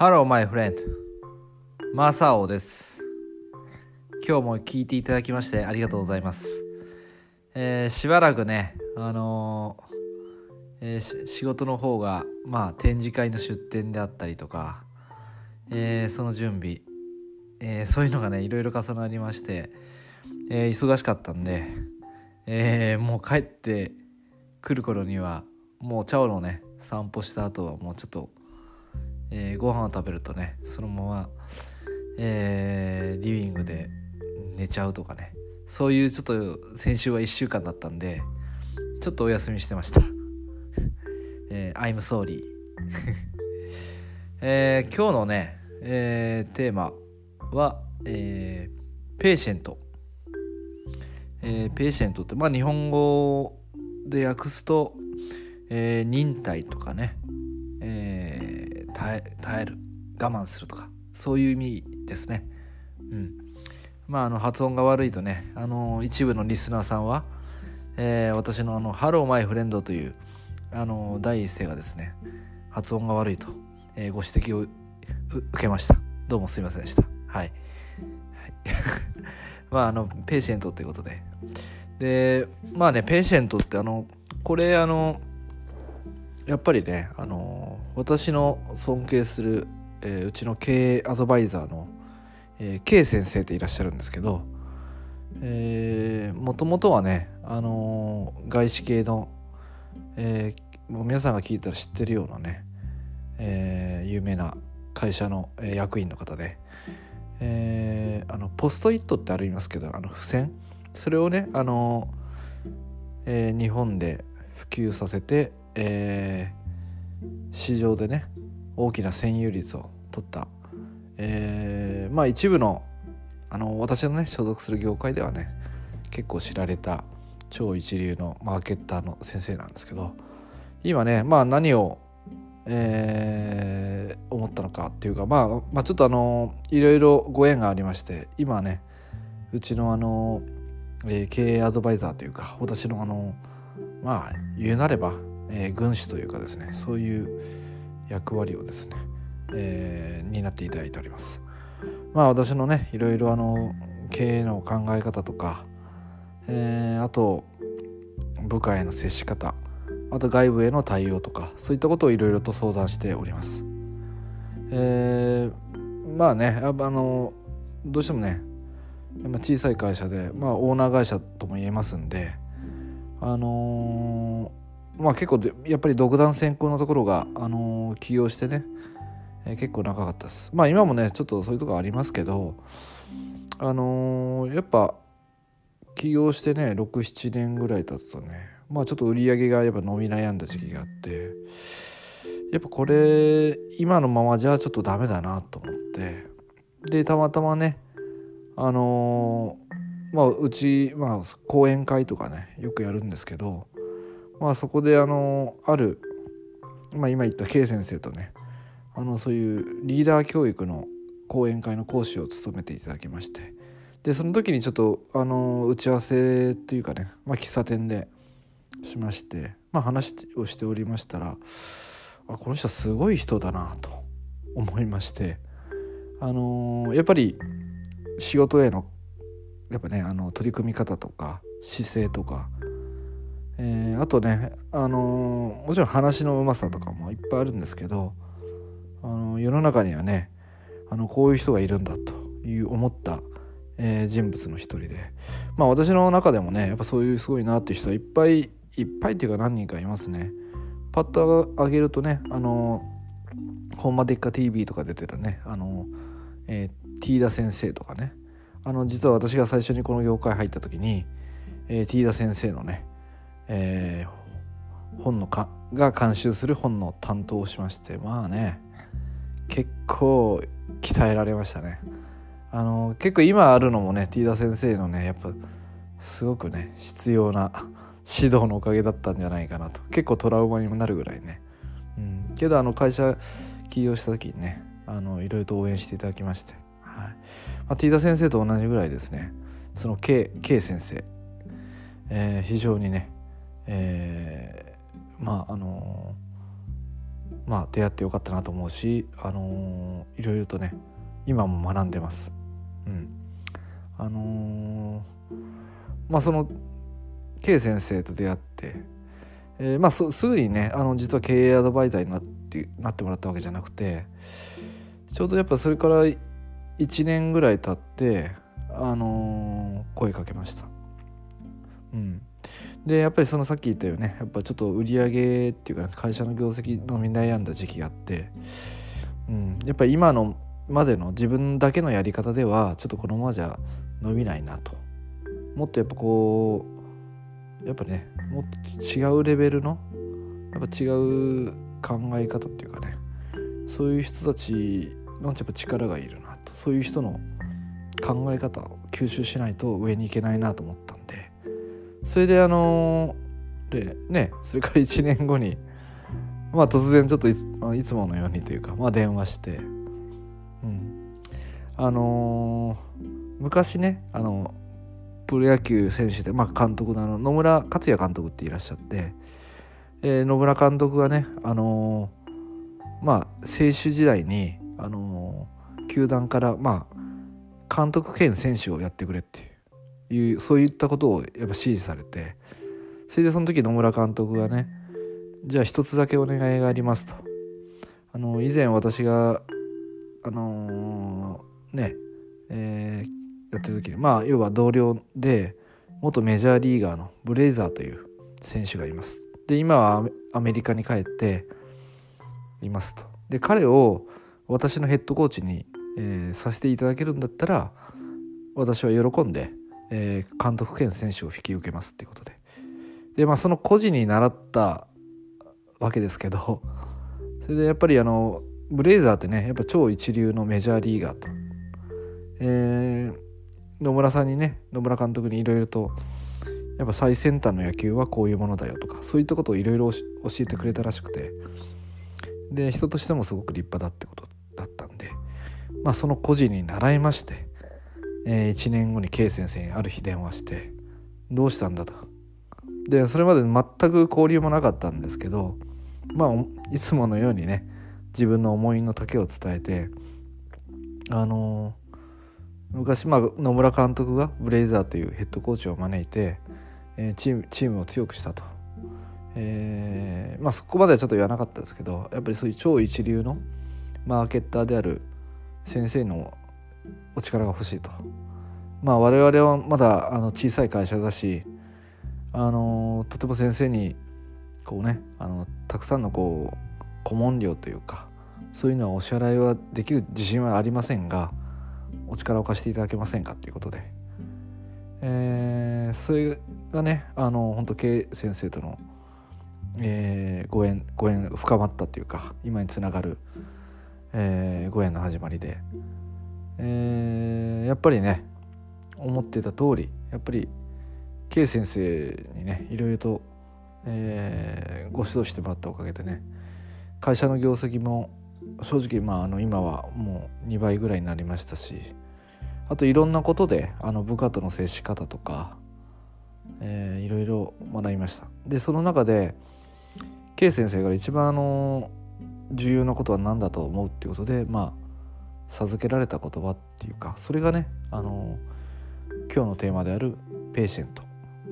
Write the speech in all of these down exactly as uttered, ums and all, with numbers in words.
Hello my friend マサオです。今日も聞いていただきましてありがとうございます。えー、しばらくねあのーえー、仕事の方がまあ展示会の出展であったりとか、えー、その準備、えー、そういうのがねいろいろ重なりまして、えー、忙しかったんで、えー、もう帰ってくる頃にはもうチャオのね散歩した後はもうちょっとえー、ご飯を食べるとねそのまま、えー、リビングで寝ちゃうとかね、そういうちょっと先週はいっしゅうかんだったんでちょっとお休みしてました、えー、I'm sorry えー、今日のね、えー、テーマは、えー、ペーシェント、えー、ペーシェントってまあ日本語で訳すと、えー、忍耐とかね、えー耐え、耐える我慢するとかそういう意味ですね。うん。まああの発音が悪いとねあの一部のリスナーさんは、えー、私のあのハローマイフレンドというあの第一声がですね発音が悪いと、えー、ご指摘を受けました。どうもすいませんでした。はい、はい、まああのペーシェントということででまあねペーシェントってあのこれあのやっぱりね、あのー、私の尊敬する、えー、うちの経営アドバイザーの、えー、K 先生っていらっしゃるんですけど、えー、もともとはね、あのー、外資系の、えー、もう皆さんが聞いたら知ってるようなね、えー、有名な会社の、えー、役員の方で、えー、あのポストイットってありますけどあの付箋それをね、あのーえー、日本で普及させてえー、市場でね大きな占有率を取った、えー、まあ一部のあの私のね所属する業界ではね結構知られた超一流のマーケッターの先生なんですけど、今ねまあ何を、えー、思ったのかっていうか、まあ、まあちょっとあのいろいろご縁がありまして、今ねうちのあの、えー、経営アドバイザーというか私のあのまあ言うなればえー、軍師というかですねそういう役割をですね、えー、担っていただいております。まあ私のねいろいろあの経営の考え方とか、えー、あと部下への接し方、あと外部への対応とかそういったことをいろいろと相談しております。えー、まあねあのどうしてもね小さい会社で、まあ、オーナー会社とも言えますんで、あのーまあ結構やっぱり独断専行のところが、あのー、起業してね、えー、結構長かったです。まあ今もねちょっとそういうところありますけど、あのー、やっぱ起業してねろく、ななねんぐらい経つとねまあちょっと売り上げがやっぱ伸び悩んだ時期があって、やっぱこれ今のままじゃちょっとダメだなと思って、でたまたまねあのー、まあうち、まあ、講演会とかねよくやるんですけど、まあそこであのある、まあ、今言った K 先生とねあのそういうリーダー教育の講演会の講師を務めていただきまして、でその時にちょっとあの打ち合わせというかね、まあ、喫茶店でしまして、まあ、話をしておりましたら、あこの人すごい人だなと思いまして、あのやっぱり仕事へのやっぱねあの取り組み方とか姿勢とか、えー、あとね、あのー、もちろん話のうまさとかもいっぱいあるんですけど、あのー、世の中にはねあのこういう人がいるんだという思った、えー、人物の一人で、まあ私の中でもねやっぱそういうすごいなっていう人はいっぱいいっぱいっていうか何人かいますね。パッと上げるとね、あのー、ホンマデッカ ティーブイ とか出てるね、あのーえー、ティーダ先生とかね、あの実は私が最初にこの業界入った時に、えー、ティーダ先生のねえー、本のかが監修する本の担当をしまして、まあね結構鍛えられましたね。あの結構今あるのもねティーダ先生のねやっぱすごくね必要な指導のおかげだったんじゃないかなと、結構トラウマにもなるぐらいね、うん、けどあの会社起業した時にねあのいろいろと応援していただきまして、はい、まあ、ティーダ先生と同じぐらいですねその K, K 先生、えー、非常にねえー、まああのまあ出会ってよかったなと思うし、あのー、いろいろとね今も学んでます。うん、あのー、まあその K 先生と出会って、えー、まあすぐにねあの実は経営アドバイザーになってなってもらったわけじゃなくて、ちょうどやっぱそれからいちねんぐらい経ってあのー、声かけました。うん、でやっぱりそのさっき言ったよね、やっぱちょっと売り上げっていうか、ね、会社の業績のみ悩んだ時期があって、うん、やっぱり今のまでの自分だけのやり方ではちょっとこのままじゃ伸びないなと、もっとやっぱこうやっぱねもっと違うレベルのやっぱ違う考え方っていうかね、そういう人たちのやっぱ力がいるなと、そういう人の考え方を吸収しないと上に行けないなと思ったんで、それであのー、でねそれからいちねんごにまあ突然ちょっといつ、いつものようにというかまあ電話して、うんあのー、昔ねあのプロ野球選手で、まあ、監督のあの野村克也監督っていらっしゃって、えー、野村監督がねあのー、まあ選手時代にあのー、球団からまあ監督兼選手をやってくれっていうそういったことをやっぱ指示されて、それでその時野村監督がね、じゃあ一つだけお願いがありますと、あの以前私があのー、ね、えー、やってる時にまあ要は同僚で元メジャーリーガーのブレイザーという選手がいます。で今はアメリカに帰っていますと。で彼を私のヘッドコーチに、えー、させていただけるんだったら私は喜んで、えー、監督兼選手を引き受けますっていうことで、でまあその孤児に習ったわけですけど、それでやっぱりあのブレイザーってねやっぱ超一流のメジャーリーガーと、えー、野村さんにね野村監督にいろいろとやっぱ最先端の野球はこういうものだよとかそういったことをいろいろ教えてくれたらしくて、で人としてもすごく立派だってことだったんで、まあその孤児に習いまして、えー、いちねんごに K 先生にある日電話してどうしたんだと。でそれまで全く交流もなかったんですけど、まあいつものようにね自分の思いの丈を伝えて、あのー、昔、まあ、野村監督がブレイザーというヘッドコーチを招いて、えー、チーム、チームを強くしたと、えーまあ、そこまではちょっと言わなかったですけど、やっぱりそういう超一流のマーケッターである先生のお力が欲しいと。まあ我々はまだあの小さい会社だし、あのとても先生にこうねあのたくさんのこう顧問料というかそういうのはお支払いはできる自信はありませんが、お力を貸していただけませんかということで、えー、それがねあの本当 K 先生との、えー、ご縁ご縁深まったというか今につながる、えー、ご縁の始まりで、えー、やっぱりね思っていた通りやっぱり K 先生にねいろいろと、えー、ご指導してもらったおかげでね会社の業績も正直、まあ、あの今はもうにばいぐらいになりましたし、あといろんなことであの部下との接し方とか、えー、いろいろ学びました。でその中で K 先生から一番あの重要なことは何だと思うっていうことで、まあ授けられた言葉っていうか、それがねあの今日のテーマであるペーシェント、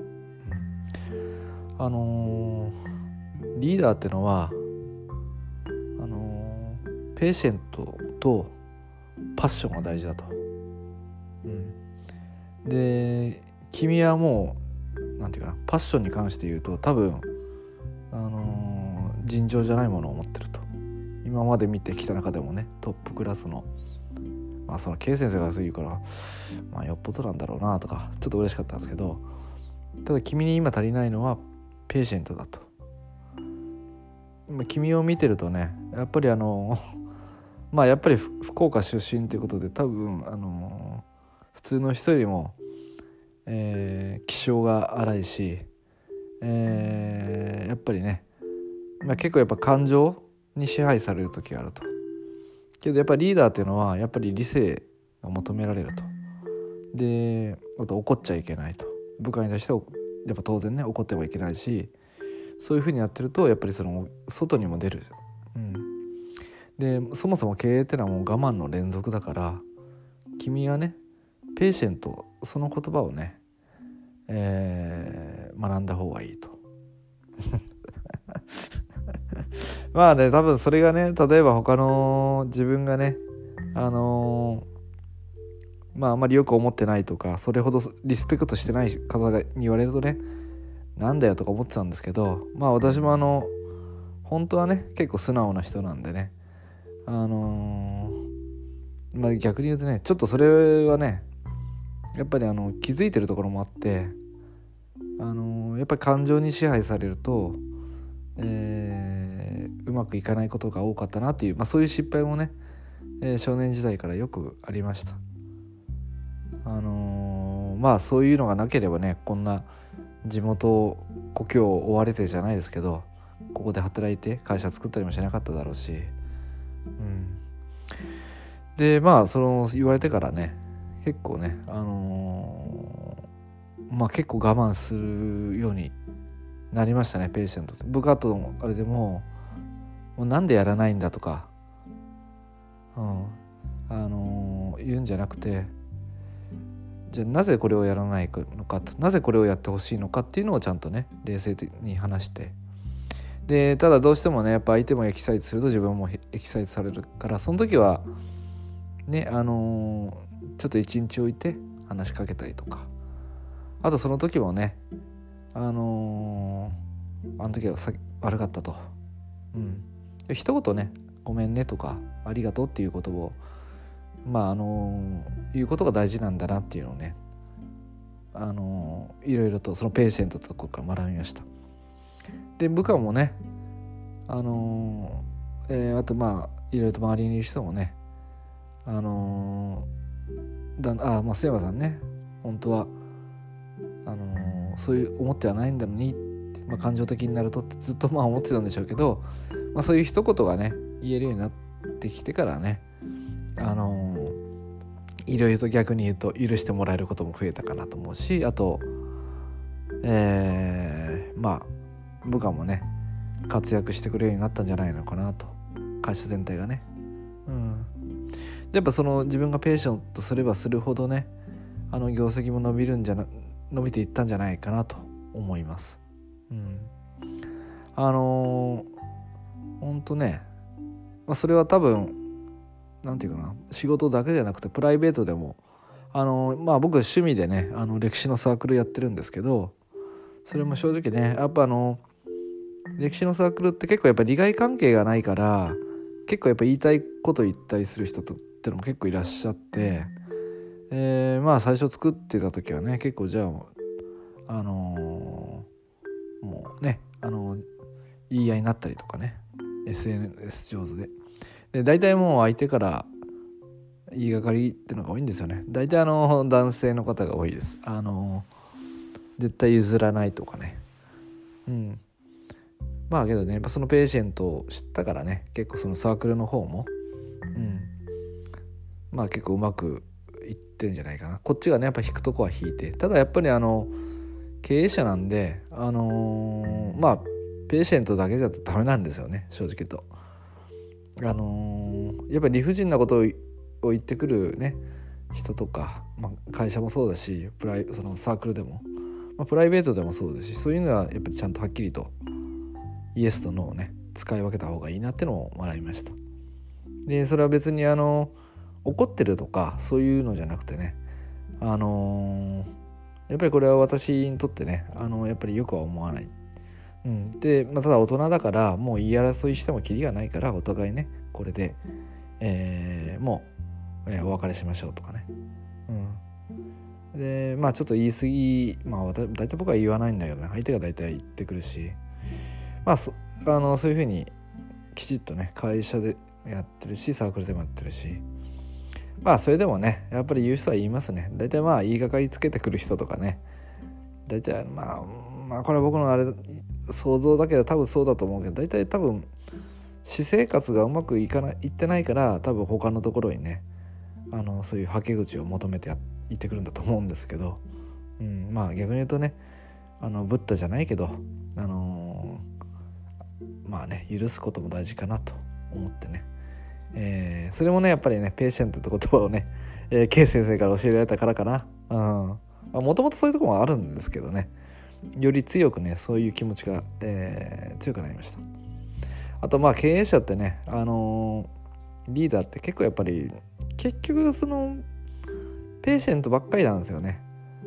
うん、あのリーダーってのはあのペーシェントとパッションが大事だと、うん、で君はもうなんていうかなパッションに関して言うと多分あの尋常じゃないものを持ってると。今まで見てきた中でもねトップクラスの、まあその K 先生がそう言うからまあよっぽどなんだろうなとかちょっと嬉しかったんですけど、ただ君に今足りないのはペーシェントだと。君を見てるとねやっぱりあのまあやっぱり福岡出身ということで多分あの普通の人よりも、えー、気性が荒いし、えー、やっぱりね、まあ、結構やっぱ感情に支配される時があると。けどやっぱりリーダーっていうのはやっぱり理性が求められると。であと怒っちゃいけないと。部下に対してはやっぱ当然ね怒ってはいけないし、そういう風にやってるとやっぱりその外にも出るうん、でそもそも経営ってのはもう我慢の連続だから、君はねペーシェント、その言葉をね、えー、学んだ方がいいとまあね、多分それがね、例えば他の自分がね、あのー、まああまりよく思ってないとか、それほどリスペクトしてない方に言われるとね、なんだよとか思ってたんですけど、まあ私もあの本当はね結構素直な人なんでね、あのー、まあ逆に言うとね、ちょっとそれはねやっぱりあの気づいてるところもあって、あのー、やっぱり感情に支配されると、えー、うまくいかないことが多かったなっていう、まあ、そういう失敗もね、えー、少年時代からよくありました。あのー、まあそういうのがなければね、こんな地元故郷を追われてじゃないですけど、ここで働いて会社作ったりもしなかっただろうし、うん、でまあその言われてからね、結構ね、あのー、まあ結構我慢するようになりましたね、ペーシェントって。部下とのあれでも、もうなんでやらないんだとか、うん、あのー、言うんじゃなくて、じゃあなぜこれをやらないのか、なぜこれをやってほしいのかっていうのをちゃんとね冷静に話して、でただどうしてもねやっぱ相手もエキサイトすると自分もエキサイトされるから、その時はねあのー、ちょっと一日置いて話しかけたりとか、あとその時もねあのー、あの時はさ悪かったと、うん、一言ねごめんねとかありがとうっていうことをまああのー、言うことが大事なんだなっていうのをね、あのー、いろいろとそのペーシェントとこから学びました。で部下もねあのーえー、あとまあいろいろと周りにいる人もね、あのー、だあまあ須山さんね本当はあのー、そういう思ってはないんだのにって、まあ、感情的になるとってずっとまあ思ってたんでしょうけど、まあ、そういう一言がね言えるようになってきてからね、あのー、いろいろと逆に言うと許してもらえることも増えたかなと思うし、あとえー、まあ部下もね活躍してくれるようになったんじゃないのかなと、会社全体がね、うん、やっぱその自分がペーションとすればするほどね、あの業績も伸びるんじゃな伸びていったんじゃないかなと思います。うん、あのー、ほんとね、まあ、それは多分なんていうかな、仕事だけじゃなくてプライベートでも、あのー、まあ僕趣味でねあの歴史のサークルやってるんですけど、それも正直ねやっぱあの歴史のサークルって結構やっぱ利害関係がないから、結構やっぱ言いたいこと言ったりする人ってのも結構いらっしゃって、えー、まあ最初作ってた時はね結構じゃああのー、もうねあのー、言い合いになったりとかね エスエヌエス 上手でで大体もう相手から言いがかりっていうのが多いんですよね。大体あの男性の方が多いです。あのー、絶対譲らないとかね、うんまあけどね、そのペーシェントを知ったからね、結構そのサークルの方も、うん、まあ結構うまくいってんじゃないかな。こっちがねやっぱ引くとこは引いて、ただやっぱりあの経営者なんで、あのー、まあペーシェントだけじゃダメなんですよね、正直言うと。あのー、やっぱり理不尽なことを言ってくるね人とか、まあ、会社もそうだし、プライそのサークルでも、まあ、プライベートでもそうですし、そういうのはやっぱりちゃんとはっきりとイエスとノーをね使い分けた方がいいなってのを学びました。でそれは別にあの怒ってるとかそういうのじゃなくてね、あのー、やっぱりこれは私にとってね、あのやっぱりよくは思わない、うん、で、まあ、ただ大人だからもう言い争いしてもキリがないから、お互いねこれで、えー、もう、えー、お別れしましょうとかね、うん、でまあちょっと言い過ぎ、まあ大体僕は言わないんだけどね、相手が大体言ってくるし、まあ そ, あのそういうふうにきちっとね会社でやってるしサークルでもやってるし、まあそれでもねやっぱり言う人は言いますね。大体まあ言いがかりつけてくる人とかね、大体まあまあこれは僕のあれ想像だけど多分そうだと思うけど、大体多分私生活がうまくいかないいってないから、多分他のところにねあのそういうはけ口を求めてや行ってくるんだと思うんですけど、うん、まあ逆に言うとね、あのブッダじゃないけど、あのまあね許すことも大事かなと思ってね、えー、それもねやっぱりねペーシェントって言葉をね、えー、K 先生から教えられたからかな。もともとそういうところもあるんですけどね、より強くねそういう気持ちが、えー、強くなりました。あとまあ経営者ってね、あのー、リーダーって結構やっぱり結局そのペーシェントばっかりなんですよね。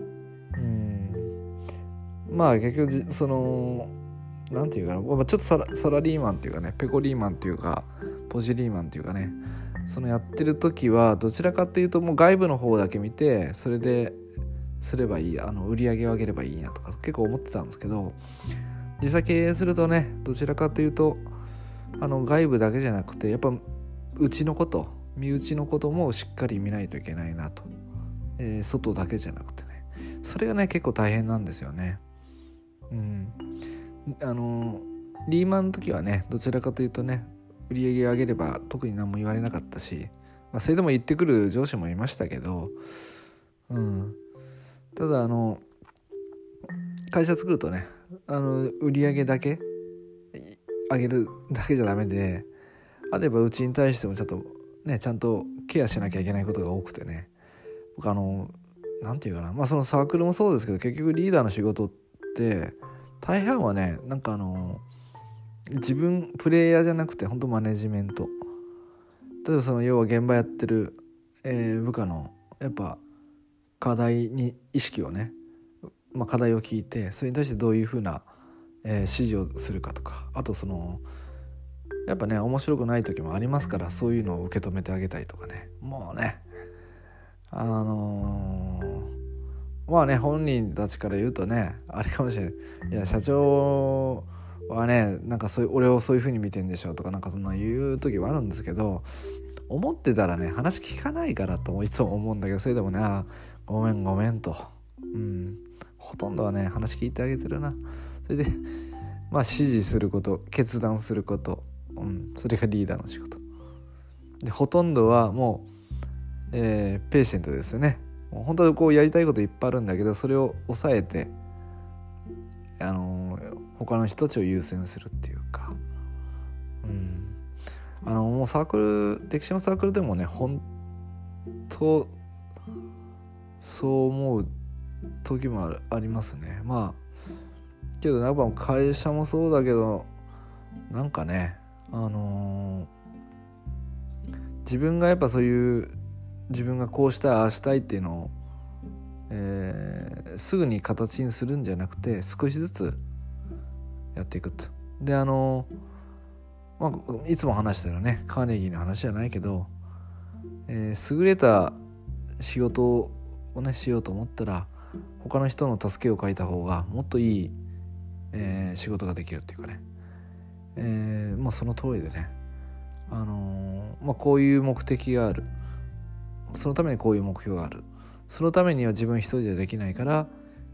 うんまあ結局そのなんていうかな、まあ、ちょっとサラ、サラリーマンっていうかね、ペコリーマンっていうかポジリーマンっていうかね、そのやってる時はどちらかっていうともう外部の方だけ見てそれですればいい、あの売り上げを上げればいいなとか結構思ってたんですけど、実際経営するとねどちらかというとあの外部だけじゃなくてやっぱうちのこと身内のこともしっかり見ないといけないなと、えー、外だけじゃなくてね、それがね結構大変なんですよね。うんあのリーマンの時はねどちらかというとね売り上げを上げれば特に何も言われなかったし、まあ、それでも言ってくる上司もいましたけど、うん、ただあの会社作るとねあの売り上げだけ上げるだけじゃダメで、あればうちに対してもちょっとねちゃんとケアしなきゃいけないことが多くてね、僕あのなんていうかな、まあそのサークルもそうですけど結局リーダーの仕事って大半はねなんかあの自分プレイヤーじゃなくて本当マネジメント、例えばその要は現場やってる、えー、部下のやっぱ課題に意識をね、まあ、課題を聞いてそれに対してどういうふうな、えー、指示をするかとか、あとそのやっぱね面白くない時もありますからそういうのを受け止めてあげたりとかね、もうねあのー、まあね本人たちから言うとねあれかもしれない、いや社長はねなんかそういう俺をそういう風に見てんでしょとかなんかそんな言う時はあるんですけど、思ってたらね話聞かないからといつも思うんだけど、それでもねあごめんごめんと、うんほとんどはね話聞いてあげてるな。それでまあ指示すること決断すること、うん、それがリーダーの仕事で、ほとんどはもう、えー、ペーシェントですよね。もう本当はこうやりたいこといっぱいあるんだけどそれを抑えてあのー、他の人たちを優先するっていうか、うん、あのもうサークル歴史のサークルでもね本当そう思う時も あ, るありますね。まあけどやっぱ会社もそうだけどなんかねあのー、自分がやっぱそういう自分がこうしたいああしたいっていうのを、えー、すぐに形にするんじゃなくて少しずつやっていくと。であのー、まあ、いつも話したよねカーネギーの話じゃないけど、えー、優れた仕事をねしようと思ったら他の人の助けを借りた方がもっといい、えー、仕事ができるっていうかね、えー、まあその通りでね、あのー、まあこういう目的がある、そのためにこういう目標がある、そのためには自分一人じゃできないから、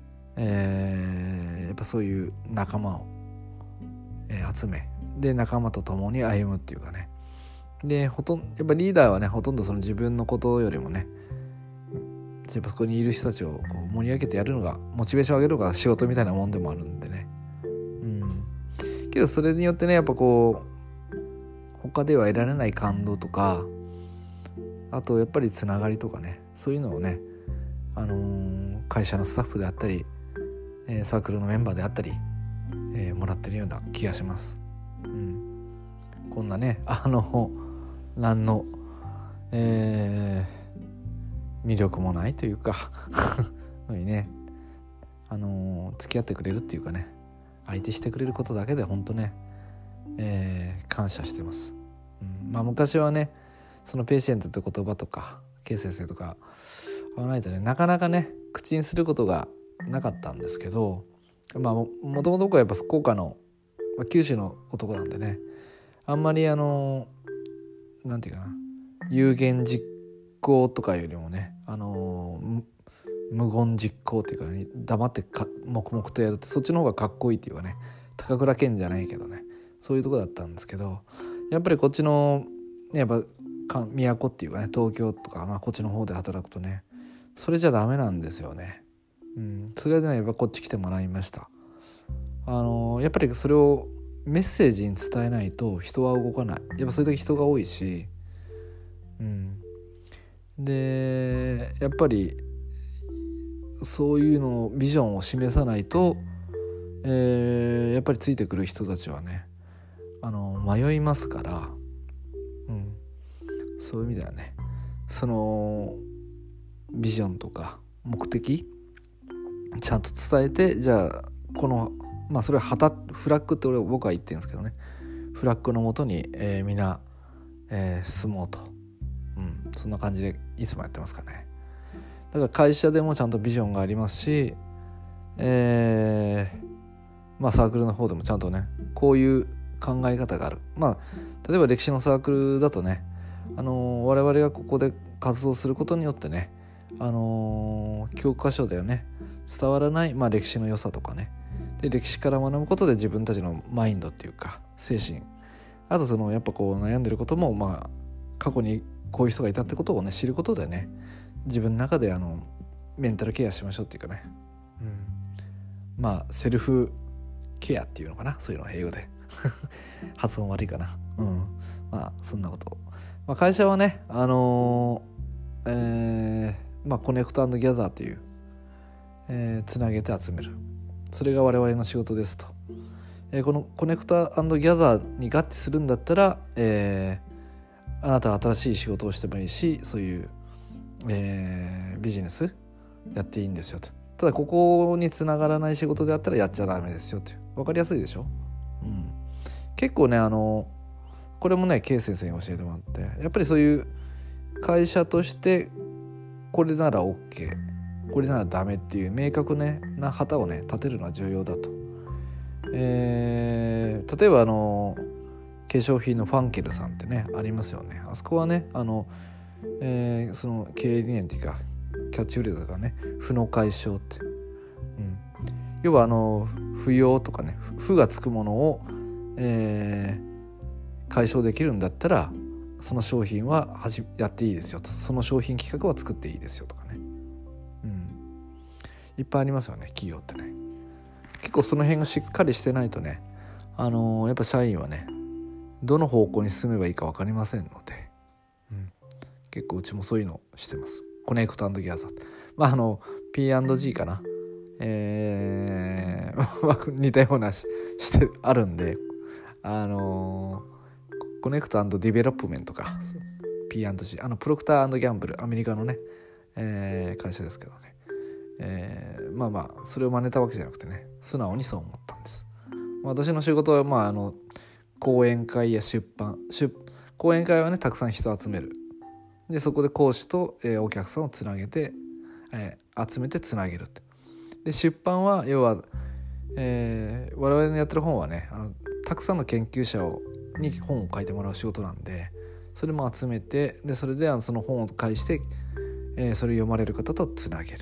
えー、やっぱそういう仲間を、えー、集めで仲間と共に歩むっていうかね、でほとんやっぱリーダーはねほとんどその自分のことよりもねやっぱそこにいる人たちをこう盛り上げてやるのがモチベーション上げるのが仕事みたいなもんでもあるんでね、うんけどそれによってねやっぱこう他では得られない感動とか、あとやっぱりつながりとかね、そういうのをね、あのー、会社のスタッフであったり、えー、サークルのメンバーであったり、えー、もらってるような気がします、うん、こんなねあの何の、えー、魅力もないというかにね、あのー、付き合ってくれるっていうかね相手してくれることだけで本当ね、えー、感謝してます、うん、まあ昔はねそのペーシェントって言葉とか K 先生とか合わないとねなかなかね口にすることがなかったんですけど、まあもともと僕はやっぱ福岡の、まあ、九州の男なんでねあんまりあのなんていうかな有言実行とかよりもねあの無言実行っていうか、ね、黙ってか黙々とやるってそっちの方がかっこいいっていうかね、高倉健じゃないけどねそういうとこだったんですけど、やっぱりこっちの、ね、やっぱ都っていうかね東京とか、まあ、こっちの方で働くとねそれじゃダメなんですよね、うん、それでねやっぱこっち来てもらいました。あのやっぱりそれをメッセージに伝えないと人は動かない。やっぱそれだけ人が多いし、うん、でやっぱりそういうのをビジョンを示さないと、えー、やっぱりついてくる人たちはねあの迷いますから、うん、そういう意味ではねそのビジョンとか目的ちゃんと伝えて、じゃあこのまあそれは旗フラッグって俺僕は言ってるんですけどね、フラッグのもとに、えー、みんな、えー、進もうと、うん、そんな感じでいつもやってますかね。だから会社でもちゃんとビジョンがありますし、えー、まあサークルの方でもちゃんとねこういう考え方がある。まあ例えば歴史のサークルだとね、あのー、我々がここで活動することによってね、あのー、教科書だよね伝わらない、まあ、歴史の良さとかね、で歴史から学ぶことで自分たちのマインドっていうか精神、あとそのやっぱこう悩んでることも、まあ過去にこういう人がいたってことをね知ることでね、自分の中であのメンタルケアしましょうっていうかね、うん、まあセルフケアっていうのかな、そういうの英語で発音悪いかな、うん、まあそんなことを、まあ、会社はねあのー、えー、まあコネクト&ギャザーっていう、えー、つなげて集める、それが我々の仕事ですと、えー、このコネクト&ギャザーに合致するんだったら、えー、あなたは新しい仕事をしてもいいし、そういう、えー、ビジネスやっていいんですよと。ただここにつながらない仕事であったらやっちゃダメですよっていう、分かりやすいでしょ、うん、結構ねあのこれもね K 先生に教えてもらって、やっぱりそういう会社としてこれなら OK これならダメっていう明確、ね、な旗をね立てるのは重要だと、えー、例えばあの化粧品のファンケルさんってねありますよね。あそこはねあの、えー、その経営理念っていうかキャッチフレーズがね負の解消って、うん、要はあの不要とかね負がつくものを、えー、解消できるんだったらその商品ははじやっていいですよと、その商品企画は作っていいですよとかね、うん、いっぱいありますよね企業ってね。結構その辺がしっかりしてないとね、あのー、やっぱ社員はねどの方向に進めばいいか分かりませんので、うん、結構うちもそういうのをしてます。コネクト&ギャザー、まああの ピーアンドジー かな、えー、似たようなししてあるんで、あのー、コネクト&ディベロップメントか ピーアンドジー、 あのプロクター&ギャンブルアメリカのね、えー、会社ですけどね、えー、まあまあそれを真似たわけじゃなくてね素直にそう思ったんです。私の仕事はまああの講演会や出版出講演会はねたくさん人を集める、でそこで講師と、えー、お客さんをつなげて、えー、集めてつなげるって。で出版は要は、えー、我々のやってる本はねあのたくさんの研究者をに本を書いてもらう仕事なんで、それも集めて、でそれであのその本を介して、えー、それを読まれる方とつなげる、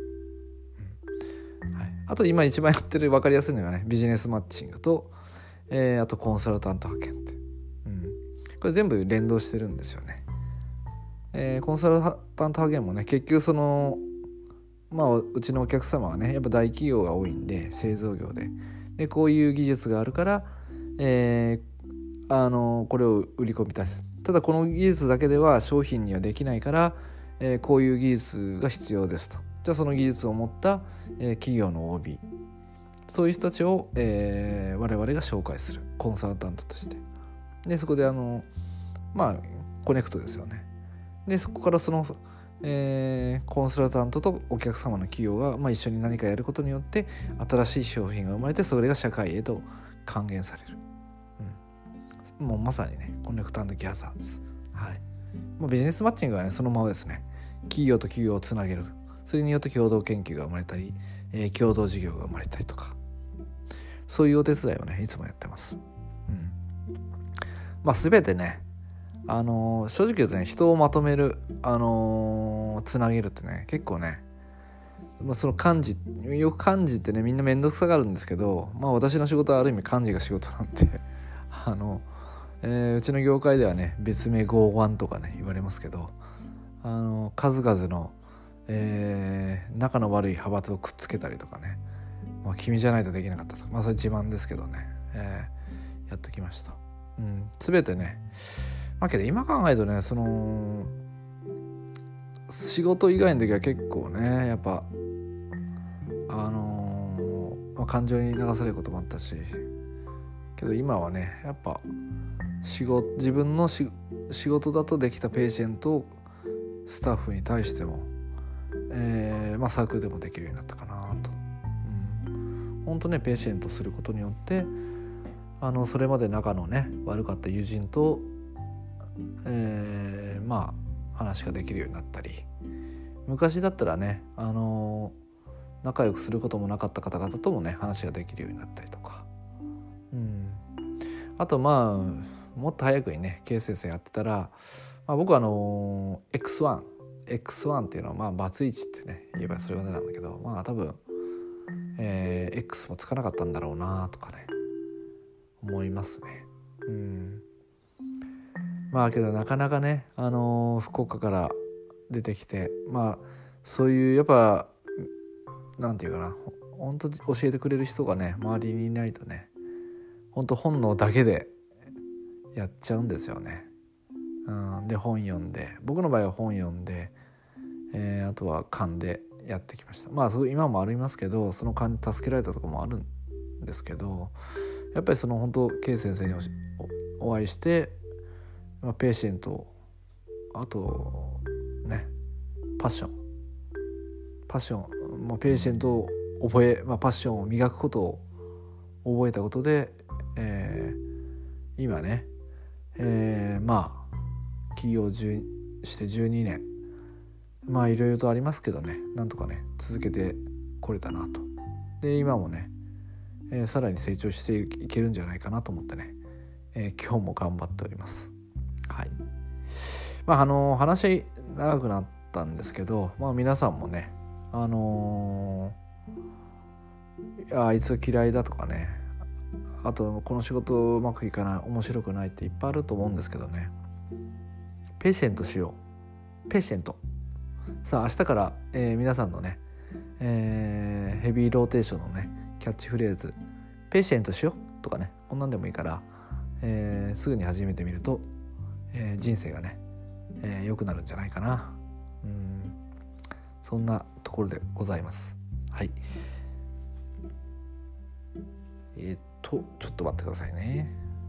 うん、はい、あと今一番やってる分かりやすいのがねビジネスマッチングと、えー、あとコンサルタント派遣って、うん、これ全部連動してるんですよね。えー、コンサルタント派遣もね結局そのまあうちのお客様はねやっぱ大企業が多いんで製造業で、でこういう技術があるから、えー、あのこれを売り込みたい。ただこの技術だけでは商品にはできないから、えー、こういう技術が必要ですと。じゃあその技術を持った、えー、企業の オービー、 そういう人たちを、えー、我々が紹介するコンサルタントとして、でそこであのまあコネクトですよね。でそこからその、えー、コンサルタントとお客様の企業が、まあ、一緒に何かやることによって新しい商品が生まれて、それが社会へと還元される、うん、もうまさにねコネクト&ギャザーです。はい、もうビジネスマッチングはねそのままですね。企業と企業をつなげる、それによって共同研究が生まれたり、えー、共同事業が生まれたりとか、そういうお手伝いをねいつもやってます。うん、まあ全てねあのー、正直言うとね人をまとめる、あのー、つなげるってね結構ね、まあ、その漢字よく漢字ってねみんな面倒くさがるんですけど、まあ私の仕事はある意味漢字が仕事なんであの、えー、うちの業界ではね別名剛腕とかね言われますけど、あの数々の、えー、仲の悪い派閥をくっつけたりとかね、まあ、君じゃないとできなかったとか、まあそれ自慢ですけどね、えーやってきました。うん、全てね、まあけど今考えるとね、その仕事以外の時は結構ねやっぱあのーまあ、感情に流されることもあったし、けど今はねやっぱ仕事自分のし仕事だとできたペーシェントをスタッフに対しても、えーまあ、サークルでもできるようになったかなと。うん、本当ねペーシェントすることによってあのそれまで仲のね悪かった友人と、えー、まあ話ができるようになったり、昔だったらね、あのー、仲良くすることもなかった方々ともね話ができるようになったりとか、うん、あとまあもっと早くにね K 先生やってたら、まあ、僕はあのー、エックスワン エックスワン っていうのはまあバツイチってね言えばそれまでなんだけど、まあ多分、えー、X もつかなかったんだろうなとかね思いますね。うん、まあけどなかなかね、あのー、福岡から出てきて、まあそういうやっぱなんていうかな、本当教えてくれる人がね周りにいないとね、本当本能だけでやっちゃうんですよね。うん、で本読んで、僕の場合は本読んで、えー、あとは勘でやってきました。まあそう今もありますけど、その勘で助けられたところもあるんですけど、やっぱりその本当 K 先生に お, お会いして、まあ、ペーシェント、あとねパッションパッション、まあ、ペーシェントを覚え、まあ、パッションを磨くことを覚えたことで、えー、今ね、えー、まあ起業してじゅうにねん、まあいろいろとありますけどね、なんとかね続けてこれたなと。で今もね、えー、さらに成長していけるんじゃないかなと思ってね、えー、今日も頑張っております。はい。まああのー、話長くなったんですけど、まあ皆さんもね、あのー、あいつは嫌いだとかね、あとこの仕事うまくいかない、面白くないっていっぱいあると思うんですけどね、ペーシェントしよう。ペーシェント。さあ明日から、えー、皆さんのね、えー、ヘビーローテーションのねキャッチフレーズ、ペーシェントしようとかね、こんなんでもいいから、えー、すぐに始めてみると、えー、人生がね、えー、良くなるんじゃないかな。うん、そんなところでございます。はい。えー、っとちょっと待ってくださいね。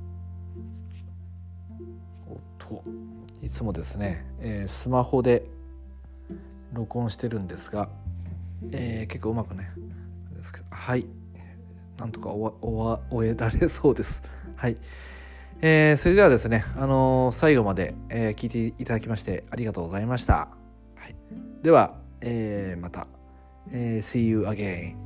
おっといつもですね、えー、スマホで録音してるんですが、えー、結構うまくねですけど、はい、なんとか終わ終わ終えられそうです。はい、えー、それではですね、あのー、最後まで、えー、聞いていただきましてありがとうございました。はい、では、えー、また、えー、See you again。